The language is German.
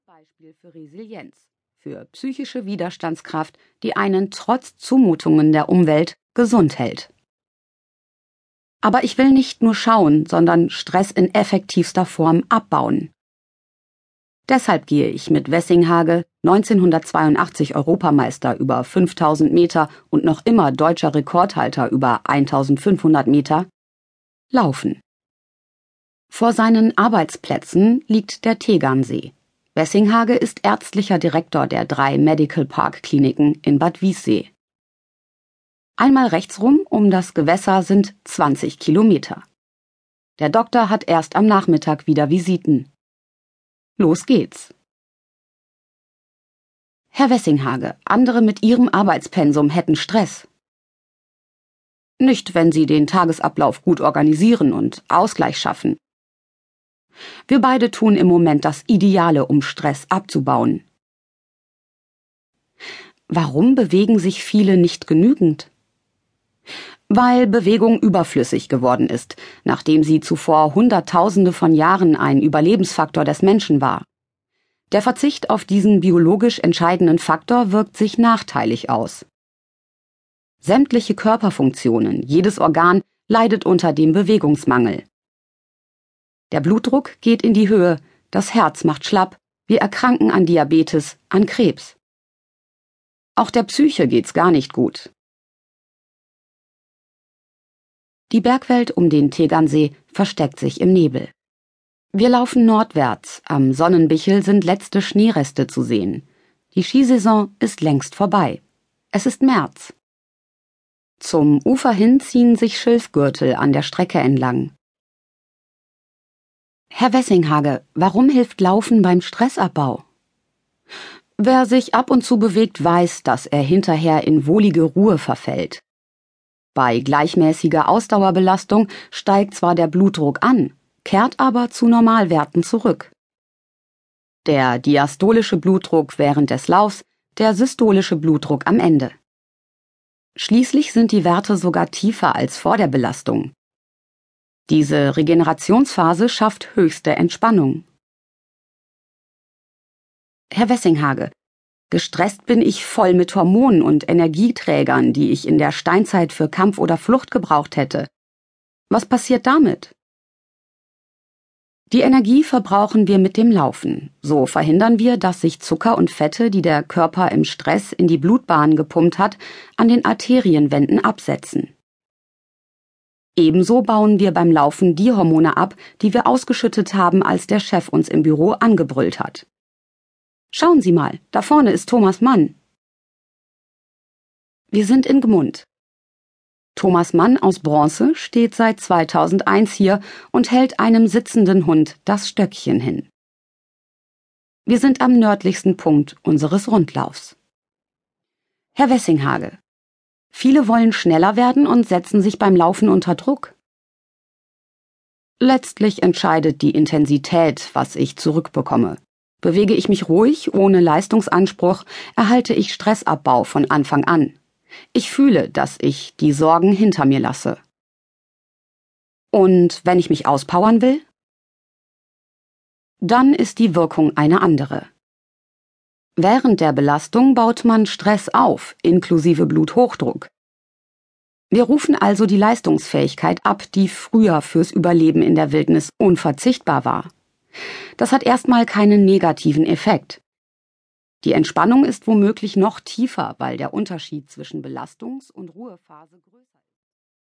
Beispiel für Resilienz, für psychische Widerstandskraft, die einen trotz Zumutungen der Umwelt gesund hält. Aber ich will nicht nur schauen, sondern Stress in effektivster Form abbauen. Deshalb gehe ich mit Wessinghage, 1982 Europameister über 5000 Meter und noch immer deutscher Rekordhalter über 1500 Meter, laufen. Vor seinen Arbeitsplätzen liegt der Tegernsee. Wessinghage ist ärztlicher Direktor der 3 Medical Park Kliniken in Bad Wiessee. Einmal rechtsrum um das Gewässer sind 20 Kilometer. Der Doktor hat erst am Nachmittag wieder Visiten. Los geht's. Herr Wessinghage, andere mit Ihrem Arbeitspensum hätten Stress. Nicht, wenn Sie den Tagesablauf gut organisieren und Ausgleich schaffen. Wir beide tun im Moment das Ideale, um Stress abzubauen. Warum bewegen sich viele nicht genügend? Weil Bewegung überflüssig geworden ist, nachdem sie zuvor Hunderttausende von Jahren ein Überlebensfaktor des Menschen war. Der Verzicht auf diesen biologisch entscheidenden Faktor wirkt sich nachteilig aus. Sämtliche Körperfunktionen, jedes Organ leidet unter dem Bewegungsmangel. Der Blutdruck geht in die Höhe, das Herz macht schlapp, wir erkranken an Diabetes, an Krebs. Auch der Psyche geht's gar nicht gut. Die Bergwelt um den Tegernsee versteckt sich im Nebel. Wir laufen nordwärts, am Sonnenbichel sind letzte Schneereste zu sehen. Die Skisaison ist längst vorbei. Es ist März. Zum Ufer hin ziehen sich Schilfgürtel an der Strecke entlang. Herr Wessinghage, warum hilft Laufen beim Stressabbau? Wer sich ab und zu bewegt, weiß, dass er hinterher in wohlige Ruhe verfällt. Bei gleichmäßiger Ausdauerbelastung steigt zwar der Blutdruck an, kehrt aber zu Normalwerten zurück. Der diastolische Blutdruck während des Laufs, der systolische Blutdruck am Ende. Schließlich sind die Werte sogar tiefer als vor der Belastung. Diese Regenerationsphase schafft höchste Entspannung. Herr Wessinghage, gestresst bin ich voll mit Hormonen und Energieträgern, die ich in der Steinzeit für Kampf oder Flucht gebraucht hätte. Was passiert damit? Die Energie verbrauchen wir mit dem Laufen. So verhindern wir, dass sich Zucker und Fette, die der Körper im Stress in die Blutbahn gepumpt hat, an den Arterienwänden absetzen. Ebenso bauen wir beim Laufen die Hormone ab, die wir ausgeschüttet haben, als der Chef uns im Büro angebrüllt hat. Schauen Sie mal, da vorne ist Thomas Mann. Wir sind in Gmund. Thomas Mann aus Bronze steht seit 2001 hier und hält einem sitzenden Hund das Stöckchen hin. Wir sind am nördlichsten Punkt unseres Rundlaufs. Herr Wessinghage, viele wollen schneller werden und setzen sich beim Laufen unter Druck. Letztlich entscheidet die Intensität, was ich zurückbekomme. Bewege ich mich ruhig, ohne Leistungsanspruch, erhalte ich Stressabbau von Anfang an. Ich fühle, dass ich die Sorgen hinter mir lasse. Und wenn ich mich auspowern will? Dann ist die Wirkung eine andere. Während der Belastung baut man Stress auf, inklusive Bluthochdruck. Wir rufen also die Leistungsfähigkeit ab, die früher fürs Überleben in der Wildnis unverzichtbar war. Das hat erstmal keinen negativen Effekt. Die Entspannung ist womöglich noch tiefer, weil der Unterschied zwischen Belastungs- und Ruhephase größer ist.